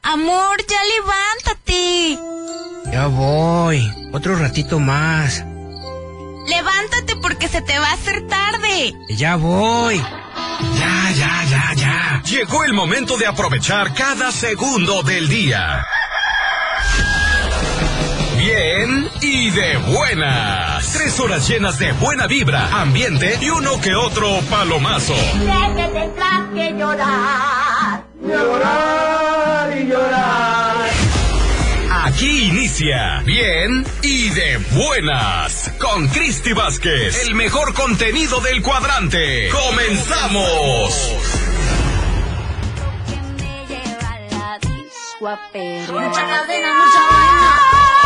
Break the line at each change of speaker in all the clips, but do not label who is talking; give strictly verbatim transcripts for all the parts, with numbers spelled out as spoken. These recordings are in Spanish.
Amor, ya levántate.
Ya voy, otro ratito más.
Levántate porque se te va a hacer tarde.
Ya voy.
Ya, ya, ya, ya. Llegó el momento de aprovechar cada segundo del día. Bien y de buenas. Tres horas llenas de buena vibra, ambiente y uno que otro palomazo.
Sé que tendrás que llorar, llorar y llorar.
Aquí inicia Bien y de buenas con Cristi Vázquez, el mejor contenido del cuadrante. ¡Comenzamos!
Mucha cadena, mucha vaina.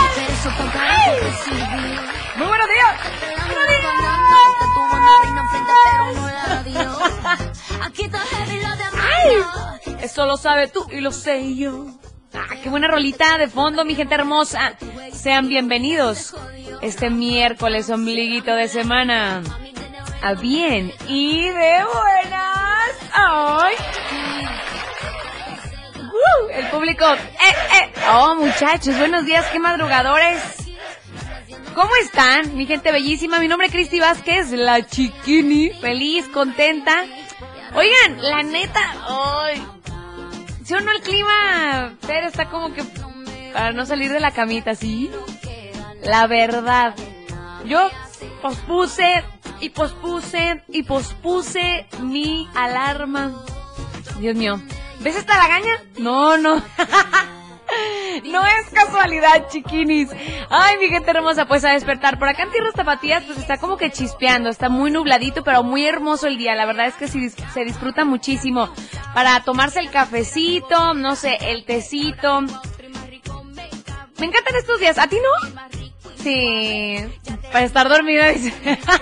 Muy buenos días. Ay, eso lo sabes tú y lo sé yo. Ah, qué buena rolita de fondo, mi gente hermosa. Sean bienvenidos este miércoles, ombliguito de semana. A bien y de buenas. Ay. Uh, el público. Eh, eh. Oh, muchachos, buenos días, qué madrugadores. ¿Cómo están, mi gente bellísima? Mi nombre es Cristi Vázquez, la chiquini. Feliz, contenta. Oigan, la neta, ay. ¿Sí o no el clima? Pero está como que para no salir de la camita, ¿sí? La verdad, yo pospuse y pospuse y pospuse mi alarma. Dios mío, ¿ves esta lagaña? No, no. No es casualidad, chiquinis. Ay, mi gente hermosa, pues a despertar. Por acá en Tierras Tapatías, pues está como que chispeando. Está muy nubladito, pero muy hermoso el día. La verdad es que sí, se disfruta muchísimo. Para tomarse el cafecito, no sé, el tecito. Me encantan estos días. ¿A ti no? Sí. Para estar dormido, dice.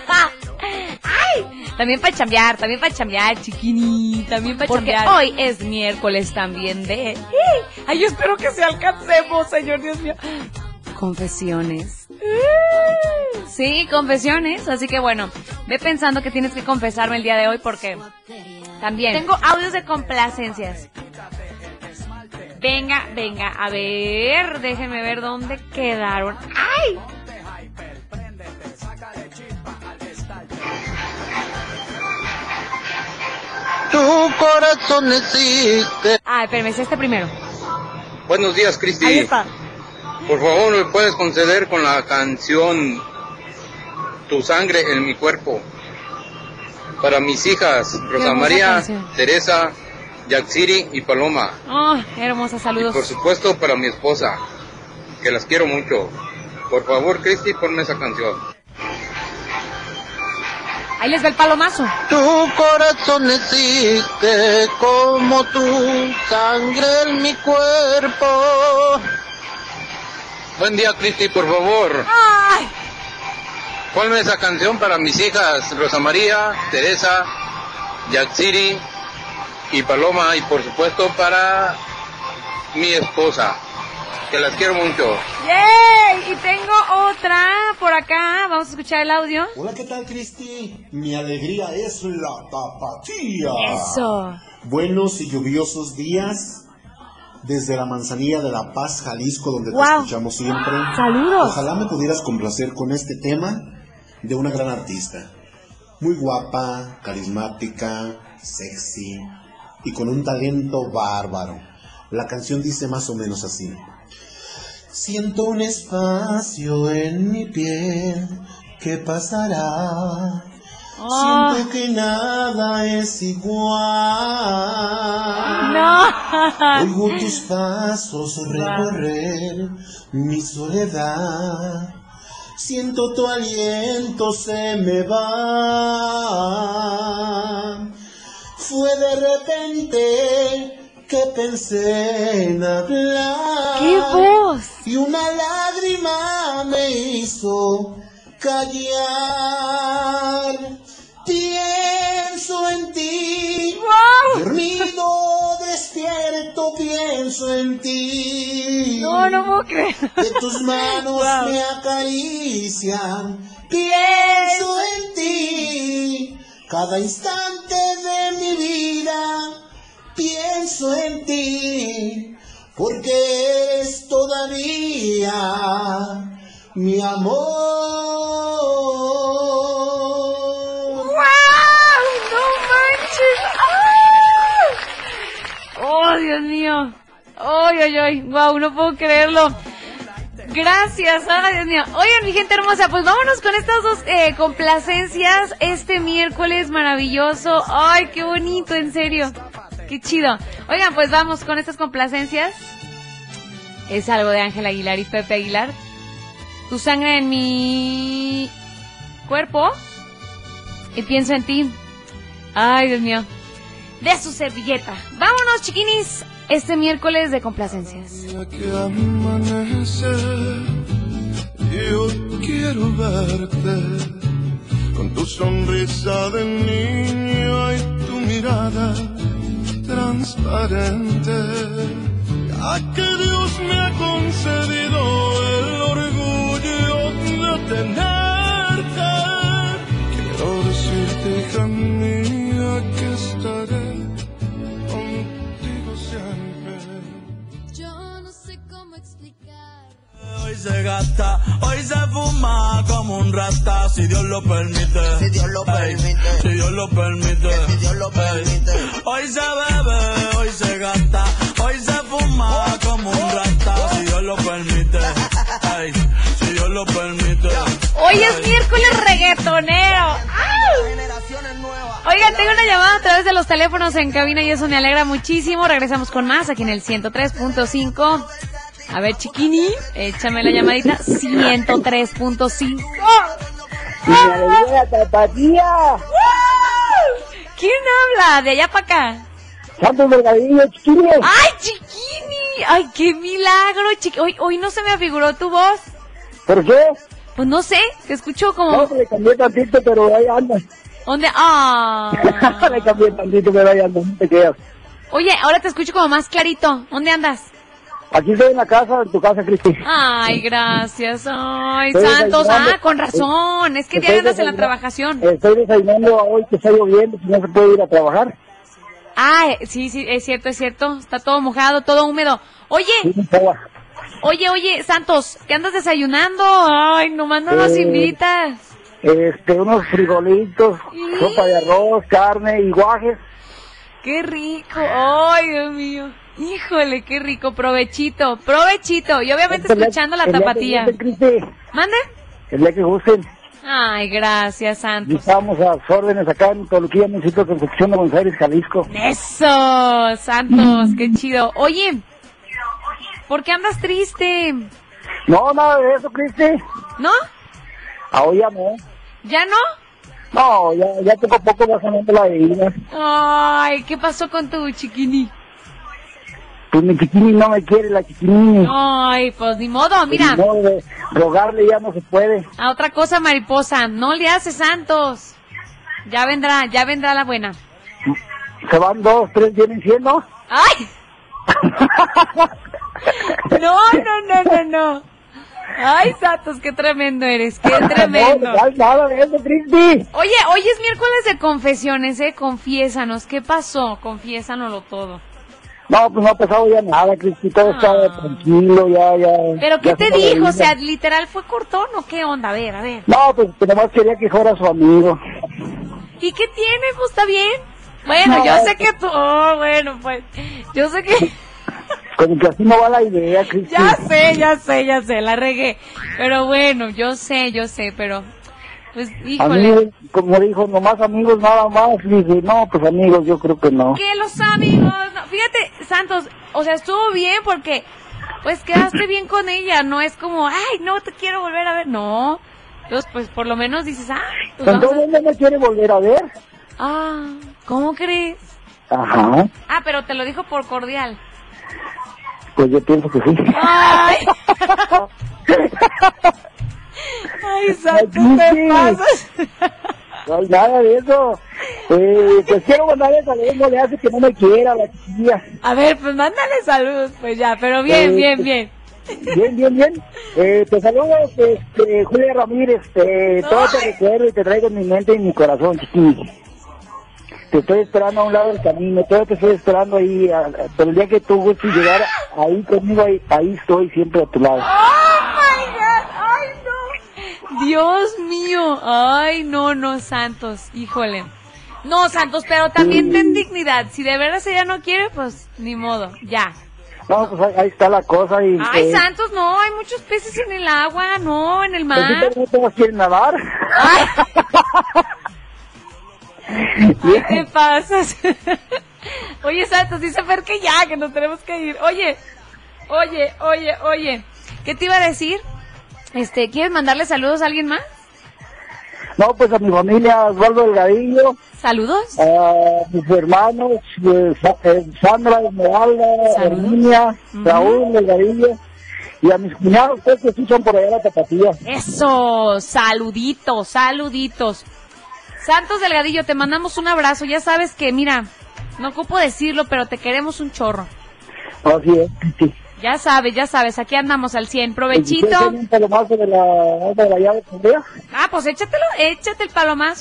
Ay, también para chambear, también para chambear, chiquini, también para chambear. Porque hoy es miércoles también de... Ay, yo espero que se alcancemos, Señor Dios mío. Confesiones. Sí, confesiones. Así que bueno, ve pensando que tienes que confesarme el día de hoy porque también tengo audios de complacencias. Venga, venga, a ver, déjenme ver dónde quedaron. ¡Ay!
Tu corazón existe.
Ah, espérame, es este primero.
Buenos días, Cristi.
Ahí está.
Por favor, ¿me puedes conceder con la canción Tu sangre en mi cuerpo? Para mis hijas, Rosa María,
canción.
Teresa, Yaxiri y Paloma.
Oh, hermosa, saludos.
Y por supuesto para mi esposa, que las quiero mucho. Por favor, Cristi, ponme esa canción.
Ahí les va el palomazo.
Tu corazón existe como tu sangre en mi cuerpo. Buen día, Cristi, por favor.
¡Ay!
Ponme esa canción para mis hijas, Rosa María, Teresa, Yaxiri y Paloma. Y por supuesto para mi esposa, que las quiero mucho.
¡Yay! Y tengo otra por acá. Vamos a escuchar el audio.
Hola, ¿qué tal, Cristi? Mi alegría es la tapatía.
Eso.
Buenos y lluviosos días desde la Manzanilla de La Paz, Jalisco, donde
Wow.
te escuchamos siempre.
Saludos.
Ojalá me pudieras complacer con este tema de una gran artista. Muy guapa, carismática, sexy y con un talento bárbaro. La canción dice más o menos así. Siento un espacio en mi piel, ¿qué pasará?
Oh.
Siento que nada es igual.
No.
Oigo tus pasos recorrer mi soledad. Siento tu aliento, se me va. Fue de repente que pensé en hablar.
¡Qué voz!
Y una lágrima me hizo callar. Pienso en ti.
¡Wow!
Dormido, despierto, pienso en ti.
No, no puedo creer.
Que tus manos
Wow.
me acarician. Pienso en ti. Cada instante de mi vida pienso en ti. porque eres todavía mi amor.
¡Wow! ¡No manches! ¡Ah! ¡Oh, Dios mío! ¡Ay, ay, ay! ¡Wow! No puedo creerlo. Gracias, ay, Dios mío. Oigan, mi gente hermosa, pues vámonos con estas dos eh, complacencias este miércoles maravilloso. Ay, qué bonito, en serio. Qué chido. Oigan, pues vamos con estas complacencias. Es algo de Ángel Aguilar y Pepe Aguilar. Tu sangre en mi cuerpo y pienso en ti. Ay, Dios mío. De su servilleta. Vámonos, chiquinis. Este miércoles de complacencias.
Que amanece, yo quiero verte con tu sonrisa de niño y tu mirada transparente. Ya que Dios me ha concedido el orgullo de tenerte, quiero decirte, hija mía, que estaré contigo siempre.
Yo no sé cómo explicar.
Hoy se gasta, hoy se fuma como un rata, si Dios lo permite.
Si Dios lo permite.
Ey, si Dios lo permite.
Si Dios lo permite.
Ey, hoy se bebe, hoy se gasta, hoy se fuma como un rata, si Dios lo permite. Ey, si Dios lo permite.
Hoy es miércoles reggaetonero. Oigan, tengo una llamada a través de los teléfonos en cabina y eso me alegra muchísimo. Regresamos con más aquí en el ciento tres punto cinco. A ver, chiquini, échame la llamadita. ciento tres punto cinco. ¿Quién habla? De allá para acá.
Santos Delgadillo, chiquini.
¡Ay, chiquini! ¡Ay, qué milagro, chiqui! Hoy, hoy no se me afiguró tu voz.
¿Por qué?
Pues no sé, te escucho como...
No, le cambié tantito, pero ahí anda.
¿Dónde? ¡Ah!
Le cambié tantito, pero ahí anda, no te quedas.
Oye, ahora te escucho como más clarito. ¿Dónde andas?
Aquí estoy en la casa, en tu casa, Cristi.
Ay, gracias. Ay,
Estoy
Santos.
desayunando.
Ah, con razón. Es que
Estoy
ya andas en la
desayunando.
trabajación.
Estoy desayunando hoy que está lloviendo, si no se puede ir a trabajar.
Ah, sí, sí, es cierto, es cierto. Está todo mojado, todo húmedo. Oye,
Sí, estaba.
oye, oye, Santos, ¿qué andas desayunando? Ay, nomás no nos
Eh,
invitas.
Este, unos frijolitos,
¿Y?
sopa de arroz, carne y guajes.
Qué rico. Ay, Dios mío. Híjole, qué rico. Provechito, provechito. Y obviamente
El día-
escuchando la
el día que
tapatía.
gusten, Cristi,
¿Mande?
el día que gusten,
Ay, gracias,
y
Santos.
estamos a sus órdenes acá en Toluquilla, municipio de Concepción de Buenos Aires, Jalisco.
Eso, Santos, qué chido. Oye, ¿por qué andas triste?
No, nada de eso, Cristi.
¿No?
Ah, hoy ya no.
¿Ya no?
No, ya, ya poco a poco va sonando la bebida.
Ay, ¿qué pasó con tu chiquini?
Pues mi chiquini no me quiere, la chiquini.
Ay, pues ni modo, mira.
No, de rogarle ya no se puede.
A otra cosa, mariposa, no le haces, Santos. Ya vendrá, ya vendrá la buena.
Se van dos, tres, vienen siendo.
¡Ay! No, no, no, no, no. Ay, Santos, qué tremendo eres, qué tremendo.
No, no, nada de eso, Cristi.
Oye, hoy es miércoles de confesiones, ¿eh? Confiésanos, ¿qué pasó? Confiésanoslo todo.
No, pues no ha pasado ya nada, Cristi, todo
Ah.
está tranquilo, ya, ya.
¿Pero qué
ya
te
se fue la
dijo? O
bebida.
sea, ¿literal fue cortón o qué onda? A ver, a ver.
No, pues que nomás quería que fuera su amigo.
¿Y qué tiene? Pues está bien. Bueno,
No,
yo sé
pues-
que tú... Oh, bueno, pues... Yo sé que...
Como que así no va la idea, Cristi.
Ya sé, ya sé, ya sé, la regué. Pero bueno, yo sé, yo sé, pero... Pues, híjole.
Amigos, como dijo, nomás amigos, nada más. Y dije, no, pues amigos, yo creo que no.
Que los amigos... no. Fíjate, Santos, o sea, estuvo bien porque... Pues quedaste bien con ella, no es como... Ay, no te quiero volver a ver. No. Entonces, pues por lo menos dices... Ay, pues vamos
Entonces, ¿no me quiere volver a ver?
a... Ah, ¿cómo crees?
Ajá,
Ah, pero te lo dijo por cordial.
pues yo pienso que sí.
Ay. Ay, Santos,
Ay,
te
sí.
pasas.
No hay nada de eso. Eh, pues quiero mandarle saludos, no le hace que no me quiera la chiquilla.
A ver, pues mándale saludos, pues ya, pero bien,
Eh,
bien, bien.
Bien, bien, bien. Eh, te saludo, este, Julia Ramírez. Eh, todo te recuerdo y te traigo en mi mente y en mi corazón, chiquilla. te estoy esperando a un lado del camino, todavía te estoy esperando ahí, a, a, pero el día que tú gustes llegar ahí conmigo, ahí, ahí estoy siempre a tu lado.
¡Oh, my God! ¡Ay, no! Dios mío. Ay, no, no, Santos. Híjole. No, Santos, pero también
Sí.
ten dignidad. Si de veras ella no quiere, pues ni modo, ya.
No, pues ahí, ahí está la cosa. Y,
Ay,
eh,
Santos, no, hay muchos peces en el agua, no, en el
pues,
mar.
¿tú no quieres nadar?
Ay, Ay, ¿qué pasas? Oye, Santos, dice Fer que ya, que nos tenemos que ir. Oye, oye, oye, oye, ¿qué te iba a decir? Este, ¿quieres mandarle saludos a alguien más?
No, pues a mi familia, Osvaldo Delgadillo.
¿Saludos?
A mis hermanos, eh, Sa- eh, Sandra Esmeralda,
Saludos.
Herminia,
Ujú.
Raúl Delgadillo. Y a mis cuñados, pues, que sí son por allá de la Tapatía.
Eso, saluditos, saluditos. Santos Delgadillo, te mandamos un abrazo. Ya sabes que, mira, no ocupo decirlo, pero te queremos un chorro.
Así es, sí.
Ya sabes, ya sabes, aquí andamos al cien.
¿Quieres
Provechito.
un palomazo de la, de la llave tendría?
Ah, pues échatelo, échate el palomazo.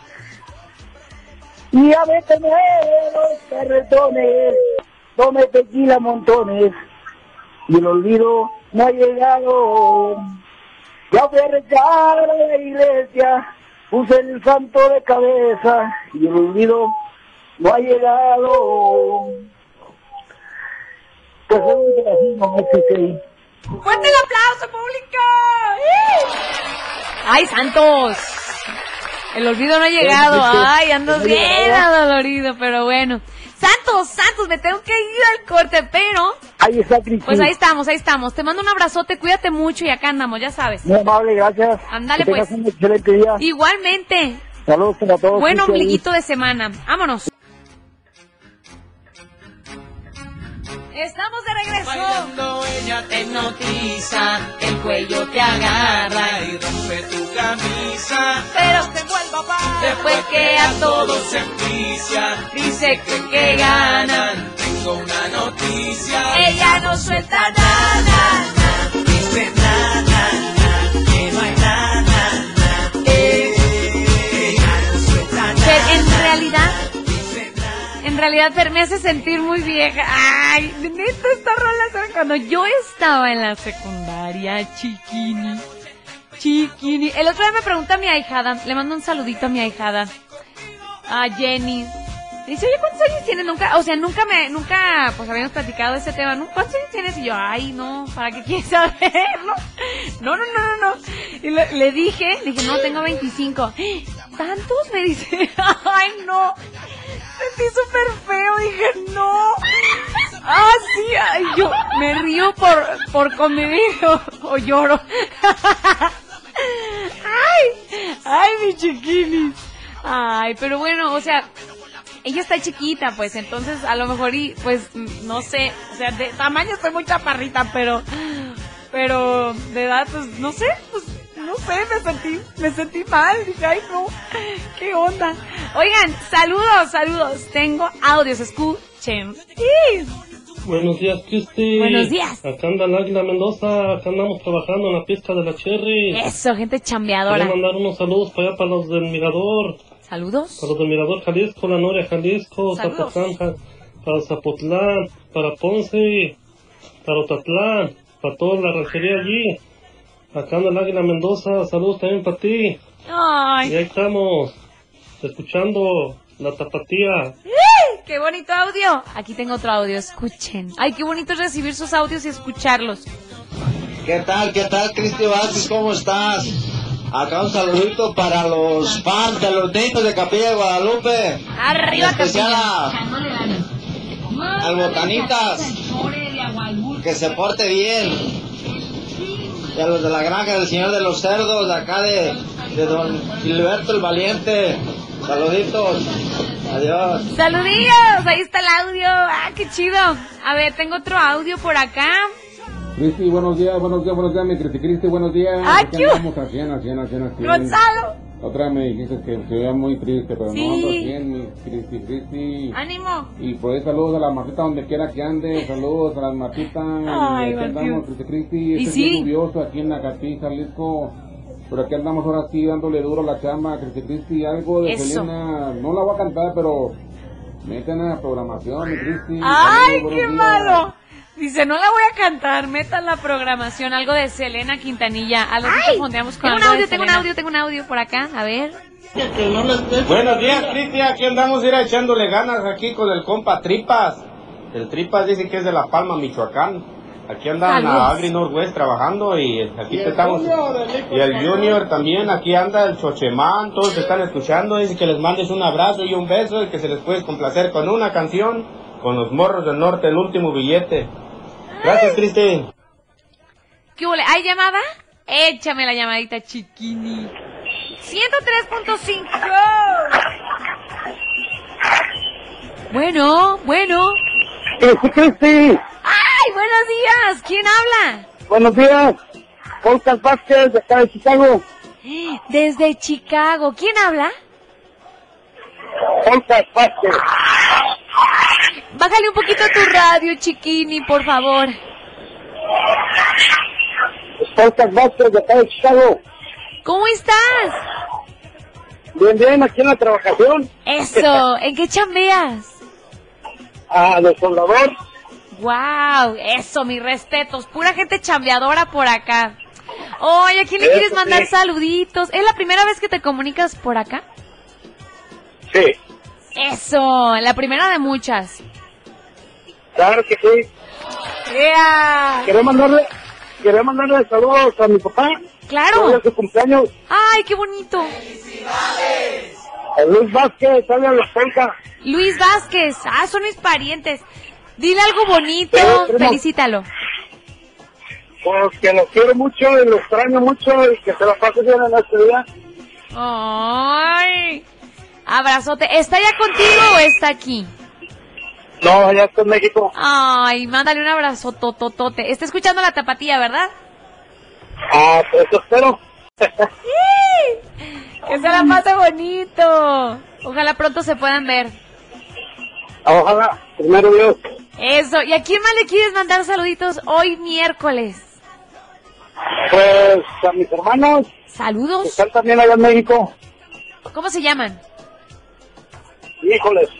Y a veces me los carretones, tome tequila montones, y el olvido no ha llegado. Ya fui a rezar a la iglesia, puse el santo de cabeza, y el olvido no ha llegado. Pues es un pedacito más que sí.
¡Fuerte el aplauso, público! ¡Ay, Santos! El olvido no ha llegado. Ay, andas bien adolorido, pero bueno. Santos, Santos, me tengo que ir al corte, pero...
Ahí está, Cristina.
Pues ahí estamos, ahí estamos. Te mando un abrazote, cuídate mucho y acá andamos, ya sabes.
Muy amable, gracias.
Ándale,
que tengas
pues.
un excelente día.
Igualmente.
Saludos para todos.
Buen
Cristian.
ombliguito de semana. Vámonos. Estamos de regreso.
Bailando ella te hipnotiza, el cuello te agarra y rompe tu camisa.
Pero se vuelva pa.
Después que a todos se envicia,
Dice que, que ganan.
tengo una noticia.
Ella no suelta nada.
Dice na, na, na, que no hay na, na, na. Eh, ella no suelta nada.
Pero en realidad, en realidad Fer, me hace sentir muy vieja. Ay, neta, esta rola suena cuando yo estaba en la secundaria, chiquini. Chiquini. El otro día me pregunta mi ahijada, le mando un saludito a mi ahijada, a Jenny. Me dice, oye, ¿cuántos años tienes? Nunca, o sea, nunca me, nunca, pues habíamos platicado de ese tema, ¿no? ¿Cuántos años tienes? Y yo, ay, no, ¿para qué quieres saberlo? No, no, no, no, no. Y le, le dije, le dije, no, tengo veinticinco. ¿Tantos? Me dice, ay, no. Sentí súper feo, dije, no. Ah, sí, ay, yo me río por, por convivir o, o lloro. Ay, ay, mi chiquinis. Ay, pero bueno, o sea, ella está chiquita, pues, entonces a lo mejor y, pues, no sé, o sea, de tamaño estoy muy chaparrita, pero, pero de edad, pues, no sé, pues, no sé, me sentí, me sentí mal, dije, ay, no, qué onda. Oigan, saludos, saludos, tengo audios, escuchen. ¡Sí!
Buenos días, Cristi.
Buenos días.
Acá anda el Águila Mendoza, acá andamos trabajando en la pista de la Cherry.
Eso, gente chambeadora.
Quiero mandar unos saludos para allá, para los del Mirador.
Saludos.
Para los del Mirador Jalisco, La Noria Jalisco,
Saludos.
Zapotlán, Ja- para Zapotlán, para Ponce, para Otatlán, para toda la ranchería allí. Acá anda el Águila Mendoza, saludos también para ti.
Ay.
Y ahí estamos, escuchando la tapatía.
¡Ay! ¡Qué bonito audio! Aquí tengo otro audio, escuchen. Ay, qué bonito es recibir sus audios y escucharlos.
¿Qué tal, qué tal, Cristi Vázquez? ¿Cómo estás? Acá un saludito para los fans de los niños de Capilla de Guadalupe.
Arriba,
En especial
Capilla.
a- al Botanitas, que se porte bien. Y a los de la granja del Señor de los Cerdos, de acá de, de don Gilberto el Valiente. Saluditos. Adiós.
¡Saludillos! Ahí está el audio. ¡Ah, qué chido! A ver, tengo otro audio por acá.
Cristi, buenos días, buenos días, buenos días, mi Cristi, Cristi, buenos días.
¡Ah,
Aquí
qué-
andamos a cien, a cien, a cien, a cien.
¡Gonzalo!
Otra vez me dijiste que se veía muy triste, pero
Sí.
no ando a cien, mi Cristi, Cristi.
¡Ánimo!
Y por ahí saludos a la Martita donde quiera que ande, saludos a las Martitas.
Ay,
y aquí
Martín.
andamos, Cristi, Cristi.
¿Y
Este
sí?
es lluvioso aquí en Nacatí, Jalisco. Pero aquí andamos ahora sí dándole duro a la chama, Cristi Cristi, algo de
Eso.
Selena, no la voy a cantar, pero meten a la programación, mi Cristi.
¡Ay,
Buenos
qué
días.
malo! Dice, no la voy a cantar, metan la programación, algo de Selena Quintanilla. A los que fondeamos con
tengo un
algo de
audio, tengo un
Selena.
audio, tengo un audio por acá, a ver.
Buenos días, Cristian. Aquí andamos a ir echándole ganas aquí con el compa Tripas. El Tripas dice que es de La Palma, Michoacán. Aquí andan
Saludos.
a Agri Northwest trabajando y aquí te estamos. Y el Junior también, aquí anda el Chochemán, todos te están escuchando. Dice que les mandes un abrazo y un beso y que se les puede complacer con una canción con los Morros del Norte, el último billete. Gracias, Cristi.
¿Qué hubo? ¿Hay llamada? Échame la llamadita, chiquini. ciento tres punto cinco. Bueno, bueno.
Cristi, Cristi.
¡Ay, buenos días! ¿Quién habla?
Buenos días. Oscar Vázquez, de acá de Chicago.
Desde Chicago. ¿Quién habla?
Oscar Vázquez.
Bájale un poquito a tu radio, chiquini, por favor.
Oscar Vázquez, de acá de Chicago.
¿Cómo estás?
Bien, bien, aquí en la trabajación.
Eso, ¿en qué chambeas?
Ah, de soldador.
Wow, eso, mis respetos, pura gente chambeadora por acá. Oye, ¿a quién le
Eso
quieres mandar
sí.
saluditos? ¿Es la primera vez que te comunicas por acá?
Sí,
Eso, la primera de muchas.
claro que sí.
¡Ea!
Quería mandarle, quería mandarle saludos a mi papá.
Claro.
Hoy es su cumpleaños.
¡Ay, qué bonito!
A Luis Vázquez, sale a la polca.
Luis Vázquez, ah, son mis parientes. Dile algo bonito,
Sí, primo.
felicítalo.
Pues que lo quiero mucho y lo extraño mucho y que se la pase bien en este día.
¡Ay! Abrazote. ¿Está ya contigo o está aquí?
No, allá está en México.
Ay, mándale un abrazo tototote. Está escuchando la tapatía, ¿verdad?
Ah, pues eso espero.
Que se la pase bonito. Ojalá pronto se puedan ver.
Ojalá, primero Dios.
Eso. ¿Y a quién más le quieres mandar saluditos hoy miércoles?
Pues a mis hermanos. Que
Saludos.
están también allá en México.
¿Cómo se llaman?
Híjoles.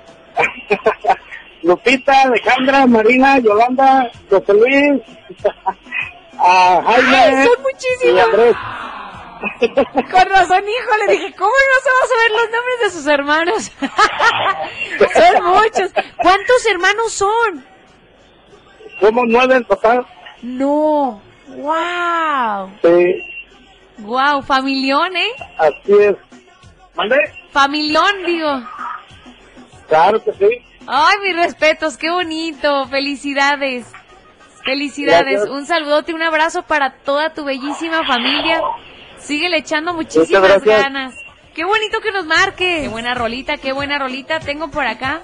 Lupita, Alejandra, Marina, Yolanda, José Luis, a Jaime.
¡Ay, son
Y
muchísimos!
Andrés.
Con razón, hijo, le dije, ¿cómo no se va a saber los nombres de sus hermanos? Son muchos. ¿Cuántos hermanos son?
Somos nueve en total.
No. ¡Wow!
Sí,
¡Wow! Familión, ¿eh?
así es. ¿Mande?
Familión, digo.
Claro que sí.
Ay, mis respetos, qué bonito. Felicidades. Felicidades.
Gracias.
Un saludote, un abrazo para toda tu bellísima familia. Síguele echando muchísimas
Muchas gracias.
ganas. Qué bonito que nos marques. Qué buena rolita, qué buena rolita. Tengo por acá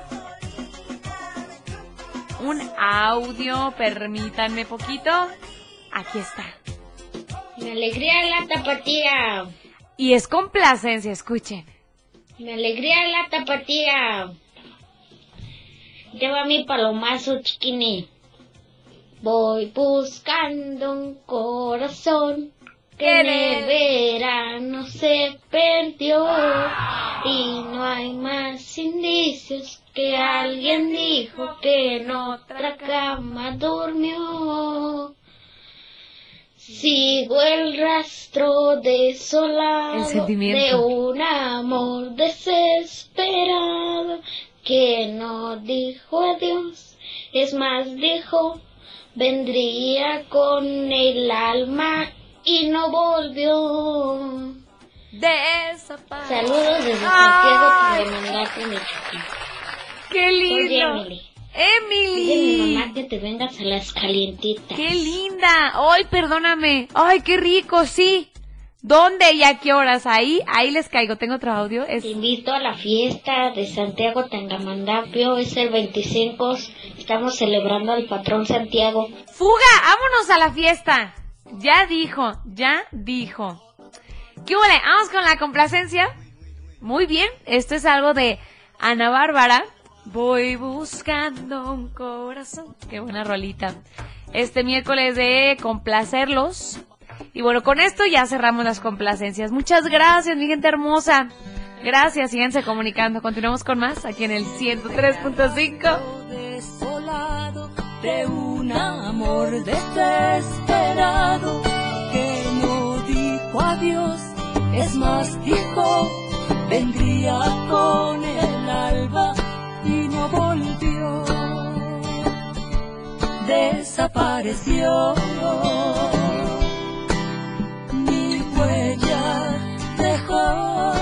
un audio. Permítanme poquito. Aquí está.
Me alegría la tapatía.
Y es complacencia, escuchen.
Me alegría la tapatía. Lleva mi palomazo, chiquini. Voy buscando un corazón que en el verano se perdió y no hay más indicios que alguien dijo que en otra cama durmió. Sigo el rastro desolado
El sentimiento.
de un amor desesperado que no dijo adiós, es más dijo vendría con el alma y no volvió.
Desaparece.
Saludos desde
Ay.
Santiago, que me mandaste mi chiquita.
¡Qué
Soy
lindo!
Emily. Dile a mi
¡Emily!
mamá que te vengas a las calientitas.
¡Qué linda! ¡Ay, perdóname! ¡Ay, qué rico! Sí. ¿Dónde y a qué horas? Ahí, ahí les caigo. Tengo otro audio. Es...
Te invito a la fiesta de Santiago Tangamandapio, es el veinticinco, estamos celebrando al patrón Santiago.
¡Fuga! ¡Vámonos a la fiesta! Ya dijo, ya dijo. ¿Qué huele? ¿Vamos con la complacencia? Muy bien, esto es algo de Ana Bárbara. Voy buscando un corazón. Qué buena rolita. Este miércoles de complacerlos. Y bueno, con esto ya cerramos las complacencias. Muchas gracias, mi gente hermosa. Gracias, síganse comunicando. Continuamos con más aquí en el ciento tres punto cinco.
Desolado de un amor desesperado que no dijo adiós, es más dijo vendría con el alba y no volvió, desapareció, mi huella dejó.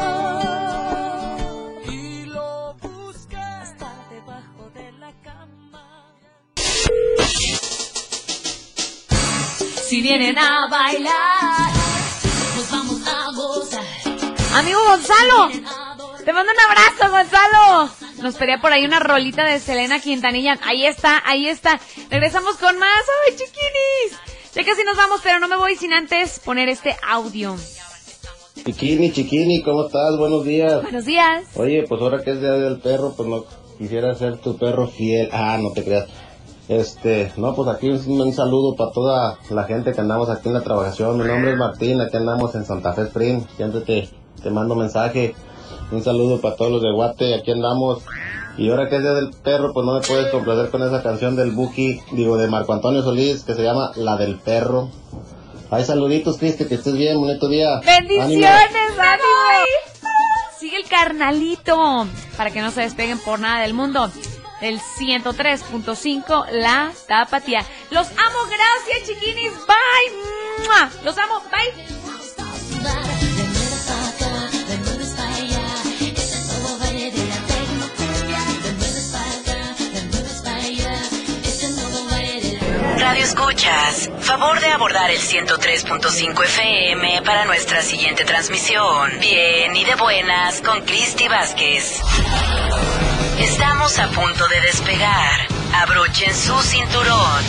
Si vienen a bailar,
nos vamos a gozar.
Amigo Gonzalo, te mando un abrazo, Gonzalo. Nos pedía por ahí una rolita de Selena Quintanilla. Ahí está, ahí está. Regresamos con más. ¡Ay, chiquinis! Ya casi nos vamos, pero no me voy sin antes poner este audio.
Chiquini, chiquini, ¿cómo estás? Buenos días.
Buenos días.
Oye, pues ahora que es Día del Perro, pues no quisiera ser tu perro fiel. Ah, no te creas. Este, no, pues aquí un, un saludo para toda la gente que andamos aquí en la trabajación. Mi nombre es Martín, aquí andamos en Santa Fe Spring. Siempre te, te mando mensaje. Un saludo para todos los de Guate, aquí andamos. Y ahora que es Día del Perro, pues no me puedes complacer con esa canción del Buki, digo, de Marco Antonio Solís, que se llama La del Perro. Ay, saluditos, Cristi, que estés bien, bonito día.
¡Bendiciones, ánimo! Sigue el carnalito, para que no se despeguen por nada del mundo. El ciento tres punto cinco, La Tapatía. Los amo, gracias, chiquinis, bye. ¡Mua! Los amo, bye.
Radio Escuchas, favor de abordar el ciento tres punto cinco F M para nuestra siguiente transmisión. Bien y de buenas con Cristi Vázquez. Estamos a punto de despegar. Abrochen su cinturón.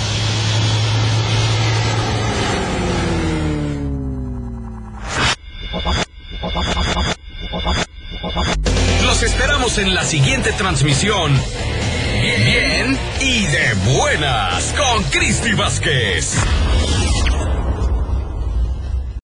Los esperamos en la siguiente transmisión. Bien, bien y de buenas con Cristi Vázquez.